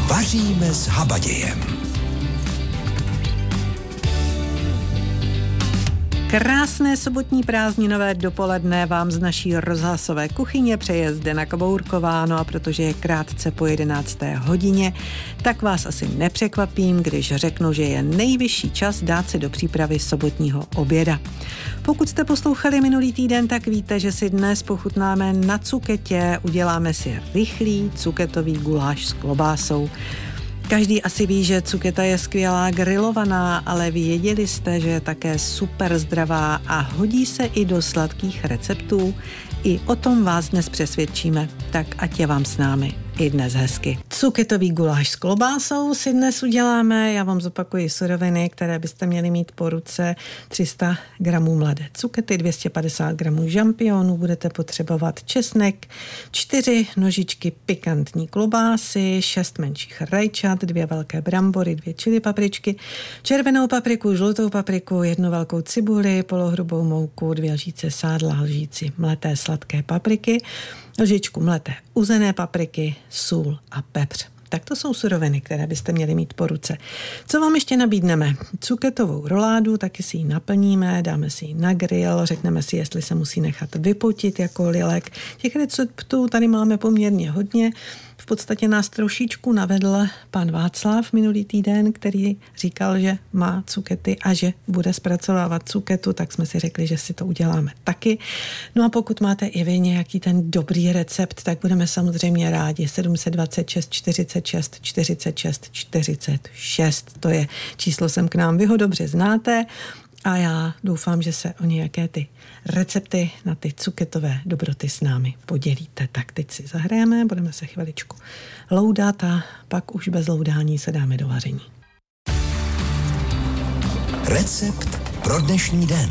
Vaříme s habadějem. Krásné sobotní prázdninové dopoledne vám z naší rozhlasové kuchyně přeje Zdena Kabourková. No a protože je krátce po 11. hodině, tak vás asi nepřekvapím, když řeknu, že je nejvyšší čas dát si do přípravy sobotního oběda. Pokud jste poslouchali minulý týden, tak víte, že si dnes pochutnáme na cuketě, uděláme si rychlý cuketový guláš s klobásou. Každý asi ví, že cuketa je skvělá grilovaná, ale věděli jste, že je také super zdravá a hodí se i do sladkých receptů? I o tom vás dnes přesvědčíme, tak ať je vám s námi i dnes hezky. Cuketový guláš s klobásou si dnes uděláme. Já vám zopakuji suroviny, které byste měli mít po ruce. 300 gramů mladé cukety, 250 gramů žampionů, budete potřebovat česnek, 4 nožičky pikantní klobásy, 6 menších rajčat, 2 velké brambory, 2 čili papričky, červenou papriku, žlutou papriku, 1 velkou cibuli, polohrubou mouku, 2 lžíce sádla, lžíci mleté sladké papriky, lžičku mleté uzené papriky, sůl a pepř. Tak to jsou suroviny, které byste měli mít po ruce. Co vám ještě nabídneme? Cuketovou roládu, taky si ji naplníme, dáme si ji na grill, řekneme si, jestli se musí nechat vypotit jako lilek. Těch receptů tady máme poměrně hodně. V podstatě nás trošičku navedl pan Václav minulý týden, který říkal, že má cukety a že bude zpracovávat cuketu, tak jsme si řekli, že si to uděláme taky. No a pokud máte i vy nějaký ten dobrý recept, tak budeme samozřejmě rádi. 726 46 46 46. To je číslo sem k nám. Vy ho dobře znáte. A já doufám, že se o nějaké ty recepty na ty cuketové dobroty s námi podělíte. Tak teď si zahrajeme, budeme se chviličku loudat a pak už bez loudání se dáme do vaření. Recept pro dnešní den.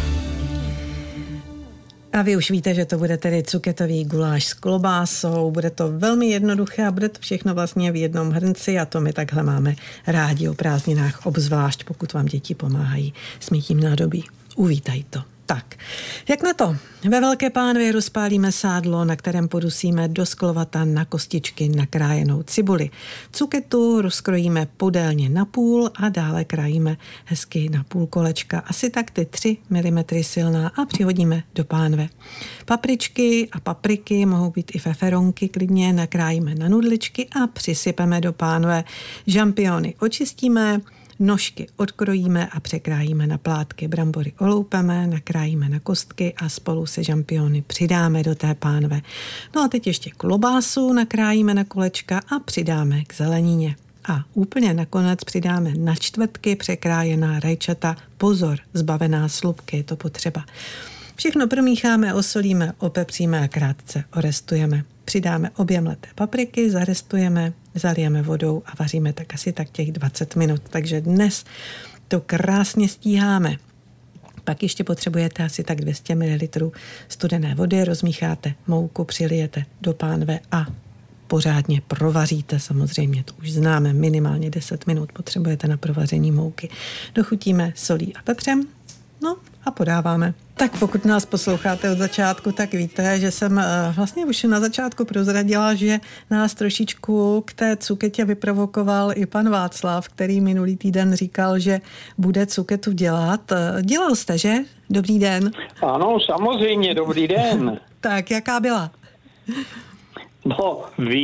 A vy už víte, že to bude tedy cuketový guláš s klobásou, bude to velmi jednoduché a bude to všechno vlastně v jednom hrnci a to my takhle máme rádi o prázdninách, obzvlášť pokud vám děti pomáhají s mytím nádobí. Uvítají to. Tak, jak na to? Ve velké pánvi rozpálíme sádlo, na kterém podusíme do sklovata na kostičky nakrájenou cibuli. Cuketu rozkrojíme podélně na půl a dále krájíme hezky na půl kolečka, asi tak ty 3 mm silná a přihodíme do pánve. Papričky a papriky, mohou být i feferonky klidně, nakrájíme na nudličky a přisypeme do pánve. Žampiony očistíme, nožky odkrojíme a překrájíme na plátky. Brambory oloupeme, nakrájíme na kostky a spolu se žampiony přidáme do té pánve. No a teď ještě klobásu nakrájíme na kolečka a přidáme k zelenině. A úplně nakonec přidáme na čtvrtky překrájená rajčata. Pozor, zbavená slupky, je to potřeba. Všechno promícháme, osolíme, opepříme a krátce orestujeme. Přidáme obě mleté papriky, zarestujeme, zalijeme vodou a vaříme tak asi tak těch 20 minut. Takže dnes to krásně stíháme. Pak ještě potřebujete asi tak 200 ml studené vody, rozmícháte mouku, přilijete do pánve a pořádně provaříte, samozřejmě to už známe, minimálně 10 minut potřebujete na provaření mouky. Dochutíme solí a pepřem, no a podáváme. Tak pokud nás posloucháte od začátku, tak víte, že jsem vlastně už na začátku prozradila, že nás trošičku k té cuketě vyprovokoval i pan Václav, který minulý týden říkal, že bude cuketu dělat. Dělal jste, že? Dobrý den. Ano, samozřejmě, dobrý den. Tak, jaká byla? No,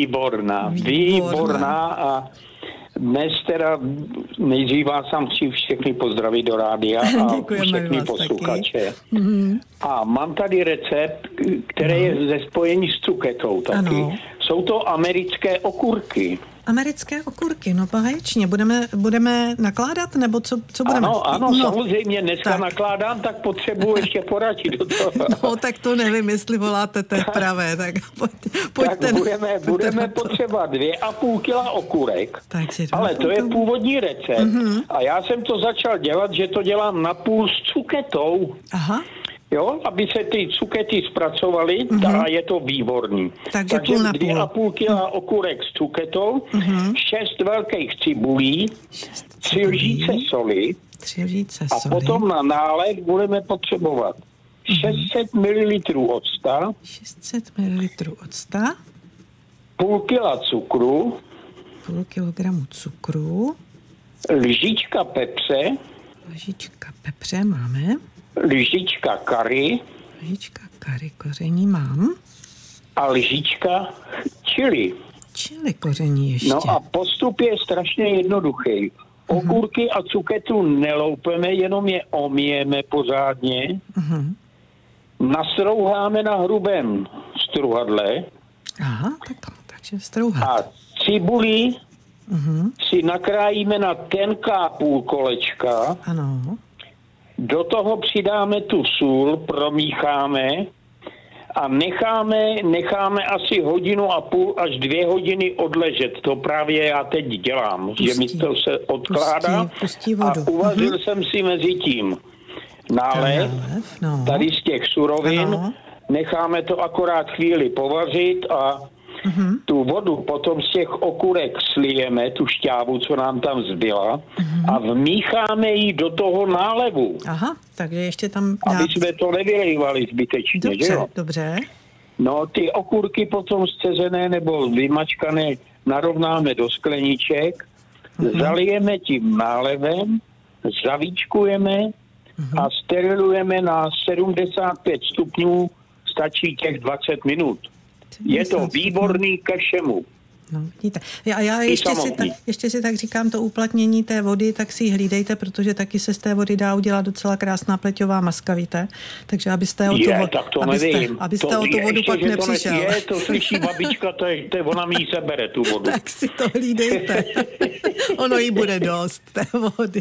výborná a dnes teda nejdřív vás tam chci všechny pozdravit do rádia a všechny posluchače. Mm-hmm. A mám tady recept, který je ze spojení s cuketou taky. Ano. Jsou to americké okurky. Americké okurky, no báječně. Budeme nakládat, nebo co budeme? Ano, samozřejmě dneska nakládám, tak potřebuji ještě poradit do toho. No, tak to nevím, jestli voláte té pravé, tak pojďte. Tak budeme potřebovat 2,5 kila okurek, ale to je původní recept. Mm-hmm. A já jsem to začal dělat, že to dělám napůl s cuketou. Aha. Jo, aby se ty cukety zpracovaly, a je to výborný. Takže 2,5 kila okurek s cuketou, 6 velkých cibulí, 3 lžíce soli a potom na náleh budeme potřebovat 600 ml octa, 600 ml octa, půl kila cukru, půl kilogramu cukru. Lžička pepře. Lžička pepře máme. Lžička kary. Lžička kary koření mám. A lžička chili. Chili koření ještě. No a postup je strašně jednoduchý. Okurky a cuketu neloupeme, jenom je omijeme pořádně. Nastrouháme na hrubém struhadle. Aha, takže strouhat. A cibuli si nakrájíme na tenká půlkolečka. Ano. Do toho přidáme tu sůl, promícháme a necháme asi 1,5 hodiny až 2 hodiny odležet. To právě já teď dělám, že mi to se odkládá. Pustí vodu. A uvařil jsem si mezi tím nálev tady z těch surovin. Necháme to akorát chvíli povařit a tu vodu potom z těch okurek slijeme, tu šťávu, co nám tam zbyla, a vmícháme ji do toho nálevu. Aha, takže ještě tam... Aby jsme to nevylejvali zbytečně, dobře, že jo? Dobře. No, ty okurky potom zcezené nebo vymačkané narovnáme do skleniček, zalijeme tím nálevem, zavíčkujeme a sterilujeme na 75 stupňů, stačí těch 20 minut. Je to výborný ke všemu. No, vidíte. A já ještě si tak říkám, to uplatnění té vody, tak si ji hlídejte, protože taky se z té vody dá udělat docela krásná pleťová maska, víte? Takže abyste o tu vodu pak nepřišel. To slyší babička, to ona mi ji sebere, tu vodu. Tak si to hlídejte. Ono jí bude dost, té vody.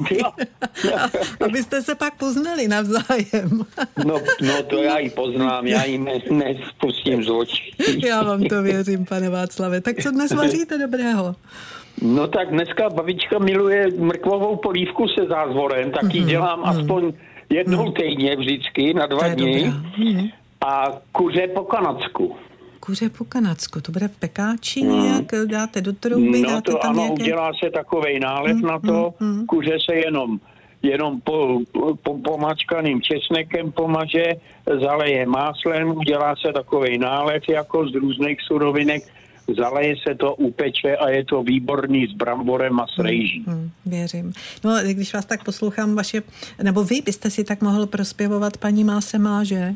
Abyste se pak poznali navzájem. No to já ji poznám, já ji nespustím z očí. Já vám to věřím, pane Václave. Tak co dnes vaříte dobrého? No tak dneska babička miluje mrkvovou polívku se zázvorem, tak ji dělám aspoň jednou týdně vždycky na 2 dny. A kuře po kanadsku. Kuře po kanadsku, to bude v pekáči nějak, dáte do trouby? No to tam ano, nějaké... udělá se takovej nálev na to, kuře se jenom pomačkaným česnekem pomaže, zaleje máslem, udělá se takovej nálev jako z různých surovinek, zaleje se to, upeče a je to výborný s bramborem a s rejží. Věřím. No, když vás tak poslouchám, nebo vy byste si tak mohl prospěvovat Paní má se má, že?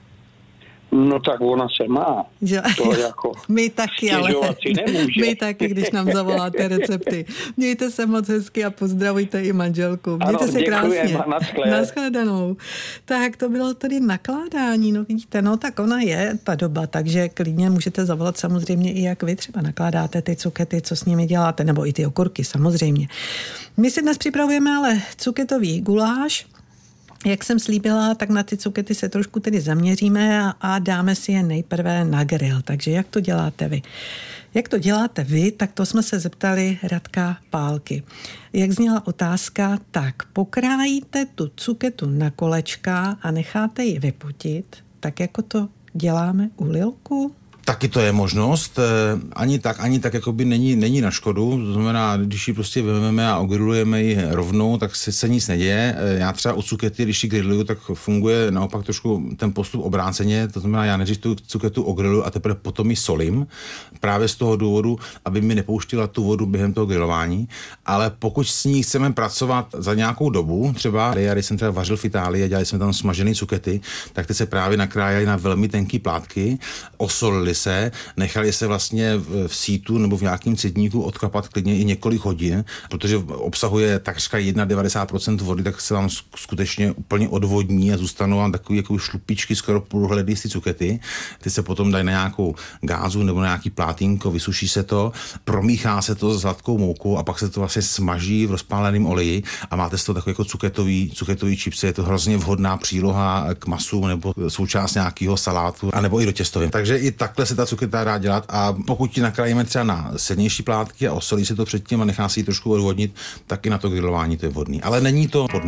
No tak ona se má. To jako my taky, ale my taky, když nám zavoláte recepty. Mějte se moc hezky a pozdravujte i manželku. Mějte se krásně. Nashledanou. Tak to bylo tedy nakládání, no vidíte, no tak ona je ta doba, takže klidně můžete zavolat samozřejmě i jak vy třeba nakládáte ty cukety, co s nimi děláte, nebo i ty okurky samozřejmě. My si dnes připravujeme ale cuketový guláš. Jak jsem slíbila, tak na ty cukety se trošku tedy zaměříme a dáme si je nejprve na grill. Takže jak to děláte vy? Jak to děláte vy, tak to jsme se zeptali Radka Pálky. Jak zněla otázka, tak pokrájíte tu cuketu na kolečka a necháte ji vypotit, tak jako to děláme u lilku? Taky to je možnost, ani tak jakoby není na škodu, to znamená, když ji prostě vezmeme a ogrilujeme ji rovnou, tak se nic neděje. Já třeba u cukety, když ji grilluju, tak funguje naopak trošku ten postup obráceně, to znamená, já nejdřív tu cuketu ogriluju a teprve potom ji solím, právě z toho důvodu, aby mi nepouštila tu vodu během toho grilování, ale pokud s ní chceme pracovat za nějakou dobu, třeba když jsem třeba vařil v Itálii a dělali jsme tam smažené cukety, tak ty se právě nakrájely na velmi tenký plátky, osolili se, nechali se vlastně v sítu nebo v nějakém cedníku odkapat klidně i několik hodin, protože obsahuje takřka 91% vody, tak se vám skutečně úplně odvodní a zůstanou vám takový jako šlupičky, skoro průhledný z ty cukety. Ty se potom dají na nějakou gázu nebo na nějaký plátínko, vysuší se to, promíchá se to s hladkou moukou a pak se to vlastně smaží v rozpáleném oleji a máte z toho takový jako cuketový čipsy. Je to hrozně vhodná příloha k masu nebo součást nějakého salátu a nebo i do těstovin. Takže i takhle se ta cuketa dá dělat a pokud ji nakrájíme třeba na silnější plátky a osolí se to předtím a nechá si ji trošku odvodnit, tak i na to grilování to je vhodný. Ale není to podmínkou.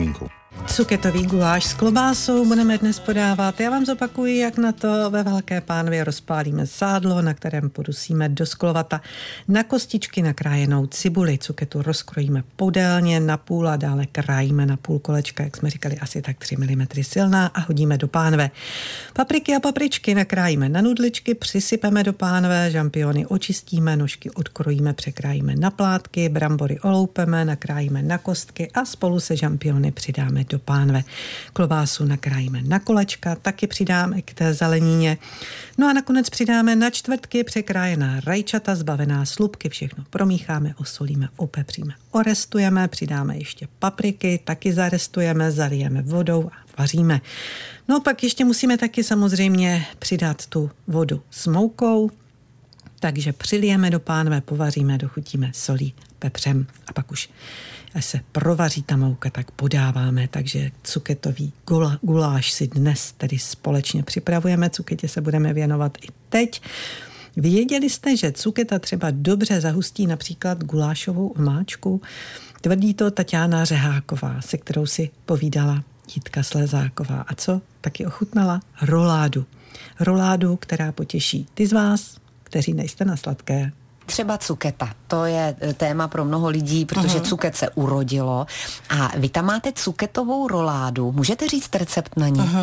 Cuketový guláš s klobásou budeme dnes podávat. Já vám zopakuji, jak na to ve Velké Pánvě. Rozpálíme sádlo, na kterém podusíme do sklovata na kostičky nakrájenou cibuli. Cuketu rozkrojíme podélně na půl a dále krájíme na půl kolečka, jak jsme říkali, asi tak 3 mm silná a hodíme do pánve. Papriky a papričky nakrájíme na nudličky, přisypeme do pánve, žampiony očistíme, nožky odkrojíme, překrájíme na plátky, brambory oloupeme, nakrájíme na kostky a spolu se žampiony přidáme do pánve. Klobásu nakrájíme na kolečka, taky přidáme k té zelenině. No a nakonec přidáme na čtvrtky překrájená rajčata, zbavená slupky, všechno promícháme, osolíme, opepříme, orestujeme, přidáme ještě papriky, taky zarestujeme, zalijeme vodou a vaříme. No pak ještě musíme taky samozřejmě přidat tu vodu s moukou, takže přilijeme do pánve, povaříme, dochutíme solí, pepřem a pak už až se provaří ta mouka, tak podáváme, takže cuketový guláš si dnes tedy společně připravujeme, cuketě se budeme věnovat i teď. Věděli jste, že cuketa třeba dobře zahustí například gulášovou omáčku? Tvrdí to Taťána Řeháková, se kterou si povídala Jitka Slezáková. A co? Taky ochutnala roládu. Roládu, která potěší ty z vás, kteří nejste na sladké. Třeba cuketa, to je téma pro mnoho lidí, protože cuket se urodilo a vy tam máte cuketovou roládu. Můžete říct recept na ní?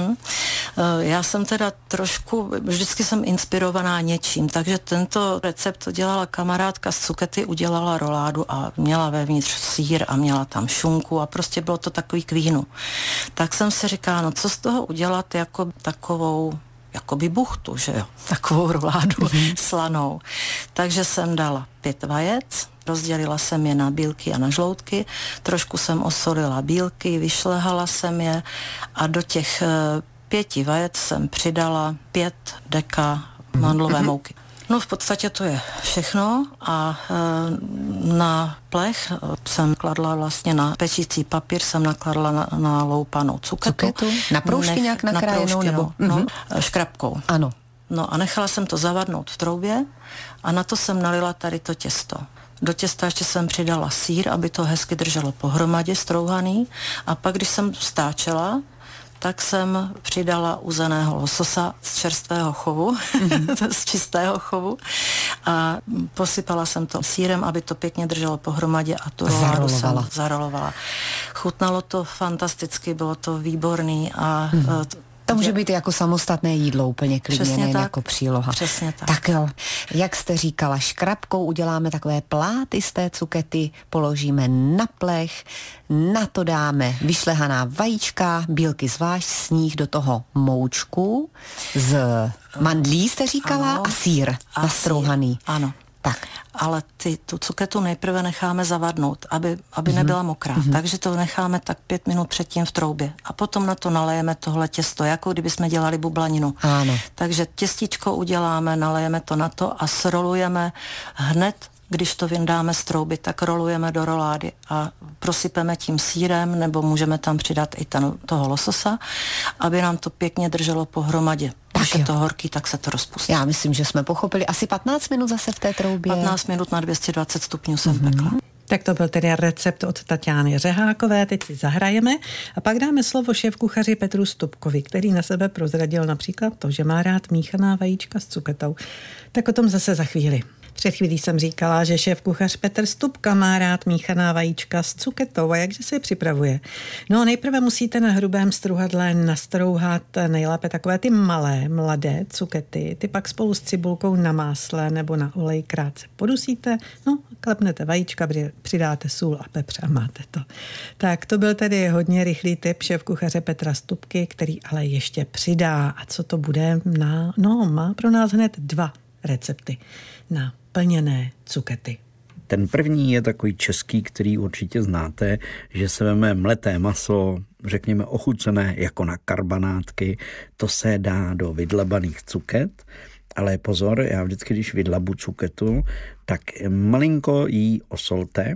Já jsem teda trošku, vždycky jsem inspirovaná něčím, takže tento recept dělala kamarádka z cukety, udělala roládu a měla vevnitř sýr a měla tam šunku a prostě bylo to takový k vínu. Tak jsem si říkala, no co z toho udělat jako takovou jakoby buchtu, že jo, takovou roládu slanou. Takže jsem dala 5 vajec, rozdělila jsem je na bílky a na žloutky, trošku jsem osolila bílky, vyšlehala jsem je a do těch 5 vajec jsem přidala 5 deka mandlové mouky. No v podstatě to je všechno a na plech jsem kladla vlastně na pečící papír, jsem nakladla na loupanou cuketu. Na proužky nějak nakrájenou? Nebo? Škrabkou. Ano. No a nechala jsem to zavadnout v troubě a na to jsem nalila tady to těsto. Do těsta ještě jsem přidala sýr, aby to hezky drželo pohromadě, strouhaný, a pak když jsem stáčela, tak jsem přidala uzeného lososa z čerstvého chovu, z čistého chovu a posypala jsem to sýrem, aby to pěkně drželo pohromadě a tu roládu jsem zarolovala. Chutnalo to fantasticky, bylo to výborný a to může být jako samostatné jídlo úplně klidně, nejen jako příloha. Přesně tak. Tak jo, jak jste říkala, škrabkou uděláme takové pláty z té cukety, položíme na plech, na to dáme vyšlehaná vajíčka, bílky zvlášť, sníh do toho moučku z mandlí, jste říkala, ano, a sýr nastrouhaný. Ano. Tak. Ale tu cuketu nejprve necháme zavadnout, aby nebyla mokrá. Takže to necháme tak 5 minut předtím v troubě. A potom na to nalejeme tohle těsto, jako kdyby jsme dělali bublaninu. Ano. Takže těstíčko uděláme, nalejeme to na to a srolujeme hned. Když to vyndáme z trouby, tak rolujeme do rolády a prosypeme tím sýrem, nebo můžeme tam přidat i toho lososa, aby nám to pěkně drželo pohromadě. Když je to horký, tak se to rozpustí. Já myslím, že jsme pochopili. Asi 15 minut zase v té troubě. 15 minut na 220 stupňů jsem pekla. Tak to byl tedy recept od Taťány Řehákové, teď si zahrajeme a pak dáme slovo šéfkuchaři Petru Stupkovi, který na sebe prozradil například to, že má rád míchaná vajíčka s cuketou. Tak o tom zase za chvíli. Před chvílí jsem říkala, že šéfkuchař Petr Stupka má rád míchaná vajíčka s cuketou a jakže se je připravuje. No nejprve musíte na hrubém struhadle nastrouhat nejlépe takové ty malé, mladé cukety. Ty pak spolu s cibulkou na másle nebo na oleji krátce podusíte, no klepnete vajíčka, přidáte sůl a pepř a máte to. Tak to byl tedy hodně rychlý tip šéfkuchaře Petra Stupky, který ale ještě přidá. A co to bude? Má pro nás hned 2 recepty na plněné cukety. Ten první je takový český, který určitě znáte, že se veme mleté maso, řekněme ochucené jako na karbanátky, to se dá do vydlabaných cuket, ale pozor, já vždycky, když vydlabu cuketu, tak malinko jí osolte,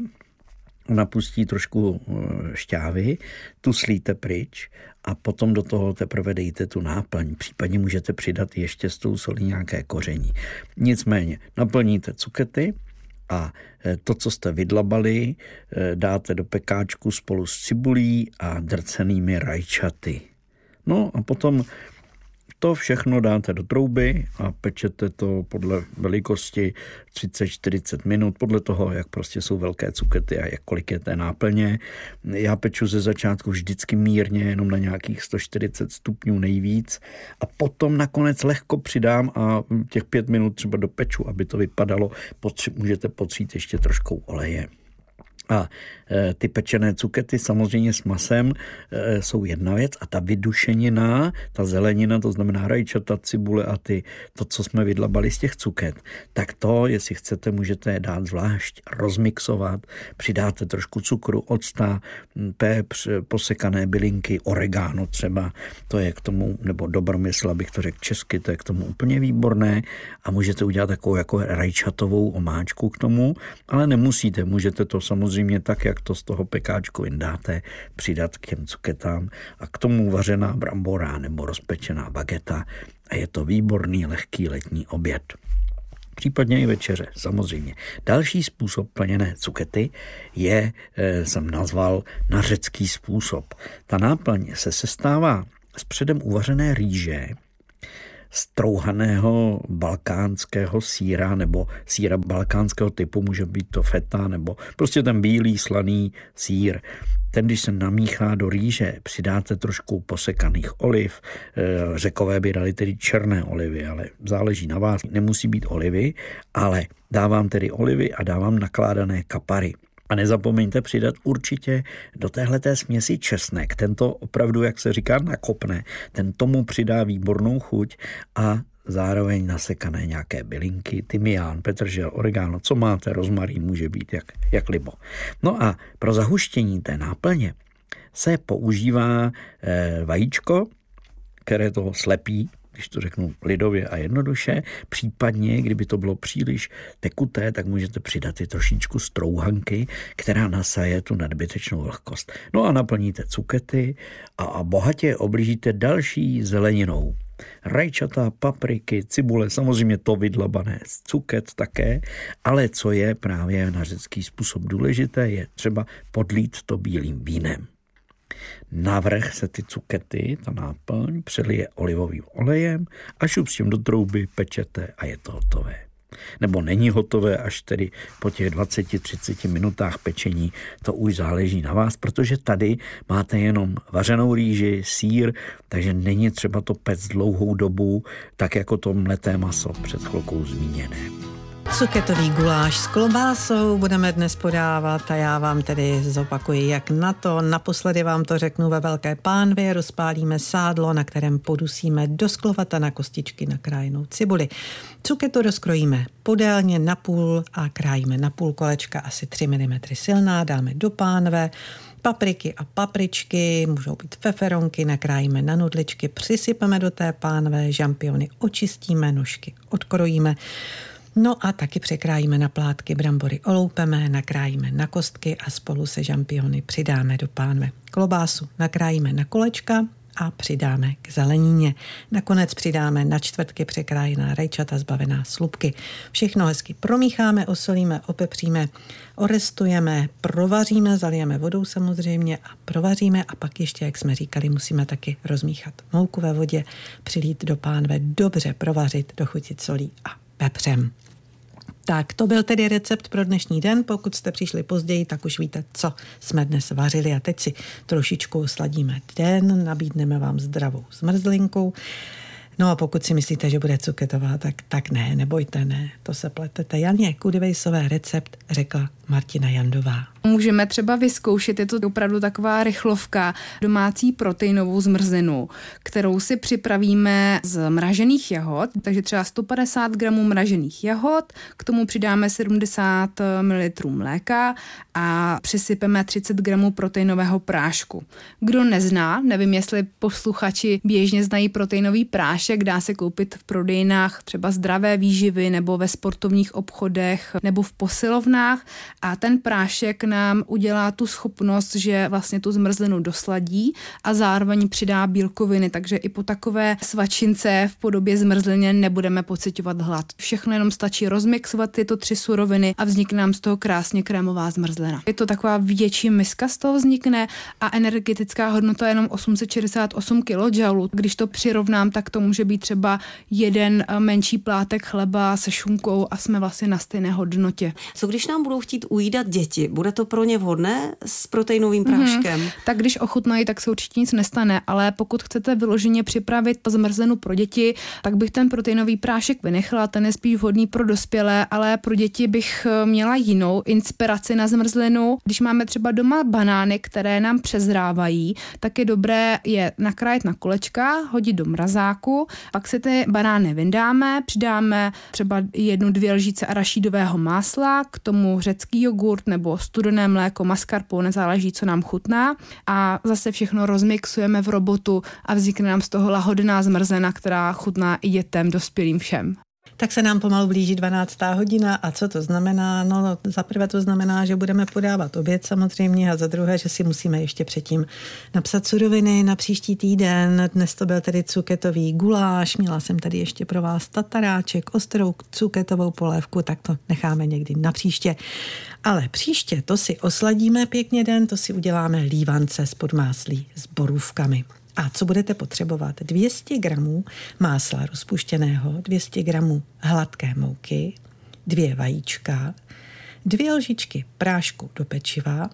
ona pustí trošku šťávy, tu slíte pryč a potom do toho teprve dejte tu náplň. Případně můžete přidat ještě s tou solí nějaké koření. Nicméně naplníte cukety, A to, co jste vydlabali, dáte do pekáčku spolu s cibulí a drcenými rajčaty. No a potom to všechno dáte do trouby a pečete to podle velikosti 30-40 minut, podle toho, jak prostě jsou velké cukety a kolik je té náplně. Já peču ze začátku vždycky mírně, jenom na nějakých 140 stupňů nejvíc a potom nakonec lehko přidám a těch 5 minut třeba dopeču, aby to vypadalo. Můžete potřít ještě troškou oleje. A ty pečené cukety samozřejmě s masem jsou jedna věc a ta vydušenina, ta zelenina, to znamená rajčata, cibule a to, co jsme vydlabali z těch cuket, tak to, jestli chcete, můžete dát zvlášť, rozmixovat, přidáte trošku cukru, octa, pepř, posekané bylinky, oregano třeba, to je k tomu, nebo dobromysl, abych to řekl česky, to je k tomu úplně výborné a můžete udělat takovou jako rajčatovou omáčku k tomu, ale nemusíte, můžete to samozřejmě tak, jak to z toho pekáčku vyndáte, přidat k těm cuketám a k tomu vařená brambora nebo rozpečená bageta a je to výborný, lehký letní oběd. Případně i večeře, samozřejmě. Další způsob plněné cukety jsem nazval na řecký způsob. Ta náplň se sestává z předem uvařené rýže, strouhaného balkánského sýra nebo sýra balkánského typu, může být to feta nebo prostě ten bílý slaný sýr. Ten, když se namíchá do rýže, přidáte trošku posekaných oliv, Řekové by dali tedy černé olivy, ale záleží na vás, nemusí být olivy, ale dávám tedy olivy a dávám nakládané kapary. A nezapomeňte přidat určitě do téhleté směsi česnek. Ten to opravdu, jak se říká, nakopne. Ten tomu přidá výbornou chuť a zároveň nasekané nějaké bylinky, tymián, petržel, oregano, co máte, rozmarín může být jak libo. No a pro zahuštění té náplně se používá vajíčko, které to slepí, když to řeknu lidově a jednoduše, případně, kdyby to bylo příliš tekuté, tak můžete přidat i trošičku strouhanky, která nasaje tu nadbytečnou vlhkost. No a naplníte cukety a bohatě oblížíte další zeleninou. Rajčata, papriky, cibule, samozřejmě to vydlabané z cuket také, ale co je právě na řecký způsob důležité, je třeba podlít to bílým vínem. Navrch se ty cukety, ta náplň, přelije olivovým olejem a šup s tím do trouby, pečete a je to hotové. Nebo není hotové až tedy po těch 20-30 minutách pečení, to už záleží na vás, protože tady máte jenom vařenou rýži, sýr, takže není třeba to pect dlouhou dobu, tak jako to mleté maso před chvilkou zmíněné. Cuketový guláš s klobásou budeme dnes podávat a já vám tedy zopakuji, jak na to. Naposledy vám to řeknu ve velké pánvi, rozpálíme sádlo, na kterém podusíme do sklovata na kostičky nakrájenou cibuli. Cuketu rozkrojíme podélně na půl a krájíme na půl kolečka, asi 3 mm silná, dáme do pánve. Papriky a papričky, můžou být feferonky, nakrájíme na nudličky, přisypeme do té pánve, žampiony očistíme, nožky odkrojíme. No a taky překrájíme na plátky, brambory oloupeme, nakrájíme na kostky a spolu se žampiony přidáme do pánve. Klobásu nakrájíme na kolečka a přidáme k zelenině. Nakonec přidáme na čtvrtky překrájená rajčata zbavená slupky. Všechno hezky promícháme, osolíme, opepříme, orestujeme, provaříme, zalijeme vodou samozřejmě a provaříme a pak ještě, jak jsme říkali, musíme taky rozmíchat mouku ve vodě, přilít do pánve, dobře provařit, dochutit solí a pepřem. Tak to byl tedy recept pro dnešní den. Pokud jste přišli později, tak už víte, co jsme dnes vařili a teď si trošičku osladíme den, nabídneme vám zdravou zmrzlinku. No a pokud si myslíte, že bude cuketová, tak ne, nebojte, ne, to se pletete. Janě Kudivejsové recept řekla Martina Jandová. Můžeme třeba vyzkoušet, je to opravdu taková rychlovka, domácí proteinovou zmrzlinu, kterou si připravíme z mražených jahod, takže třeba 150 gramů mražených jahod, k tomu přidáme 70 ml mléka a přisypeme 30 gramů proteinového prášku. Kdo nezná, nevím, jestli posluchači běžně znají proteinový prášek, dá se koupit v prodejnách třeba Zdravé výživy nebo ve sportovních obchodech nebo v posilovnách a ten prášek nám udělá tu schopnost, že vlastně tu zmrzlinu dosladí a zároveň přidá bílkoviny, takže i po takové svačince v podobě zmrzliny nebudeme pociťovat hlad. Všechno jenom stačí rozmixovat tyto 3 suroviny a vznikne nám z toho krásně krémová zmrzlina. Je to taková větší miska z toho vznikne a energetická hodnota je jenom 868 kJ. Když to přirovnám, tak to může být třeba jeden menší plátek chleba se šunkou a jsme vlastně na stejné hodnotě. Co když nám budou chtít ujídat děti? Bude to pro ně vhodné s proteinovým práškem? Tak když ochutnají, tak se určitě nic nestane, ale pokud chcete vyloženě připravit zmrzlinu pro děti, tak bych ten proteinový prášek vynechala, ten je spíš vhodný pro dospělé, ale pro děti bych měla jinou inspiraci na zmrzlinu. Když máme třeba doma banány, které nám přezrávají, tak je dobré je nakrájet na kolečka, hodit do mrazáku, pak si ty banány vyndáme, přidáme třeba 1-2 lžíce arašídového másla, k tomu řecký jogurt nebo studené mléko, mascarpone, nezáleží, co nám chutná a zase všechno rozmixujeme v robotu a vznikne nám z toho lahodná zmrzlina, která chutná i dětem, dospělým, všem. Tak se nám pomalu blíží 12. hodina a co to znamená? No za prvé to znamená, že budeme podávat oběd samozřejmě a za druhé, že si musíme ještě předtím napsat suroviny na příští týden. Dnes to byl tedy cuketový guláš, měla jsem tady ještě pro vás tataráček, ostrou cuketovou polévku, tak to necháme někdy na příště. Ale příště to si osladíme pěkně den, to si uděláme lívance z podmáslí s borůvkami. A co budete potřebovat? 200 gramů másla rozpuštěného, 200 gramů hladké mouky, 2 vajíčka, 2 lžičky prášku do pečiva,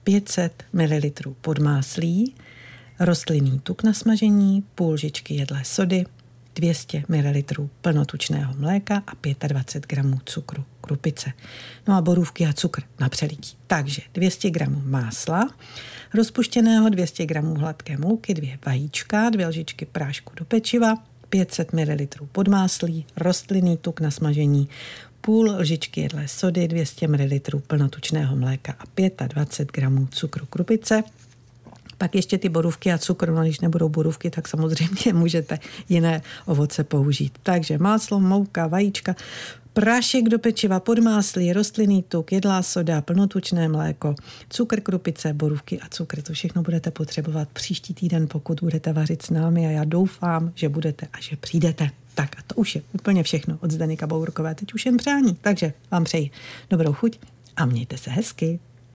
500 ml podmáslí, rostlinný tuk na smažení, půl lžičky jedlé sody, 200 ml plnotučného mléka a 25 gramů cukru krupice. No a borůvky a cukr na přelití. Takže 200 gramů másla, rozpuštěného 200 gramů hladké mouky, 2 vajíčka, 2 lžičky prášku do pečiva, 500 ml podmáslí, rostlinný tuk na smažení, půl lžičky jedlé sody, 200 ml plnotučného mléka a 25 gramů cukru krupice. Pak ještě ty borůvky a cukr, no když nebudou borůvky, tak samozřejmě můžete jiné ovoce použít. Takže máslo, mouka, vajíčka, prášek do pečiva, podmáslí, rostlinný tuk, jedlá soda, plnotučné mléko, cukr, krupice, borůvky a cukr. To všechno budete potřebovat příští týden, pokud budete vařit s námi a já doufám, že budete a že přijdete. Tak a to už je úplně všechno od Zdeny Kabourkové. Teď už jen přání. Takže vám přeji dobrou chuť a mějte se hezky.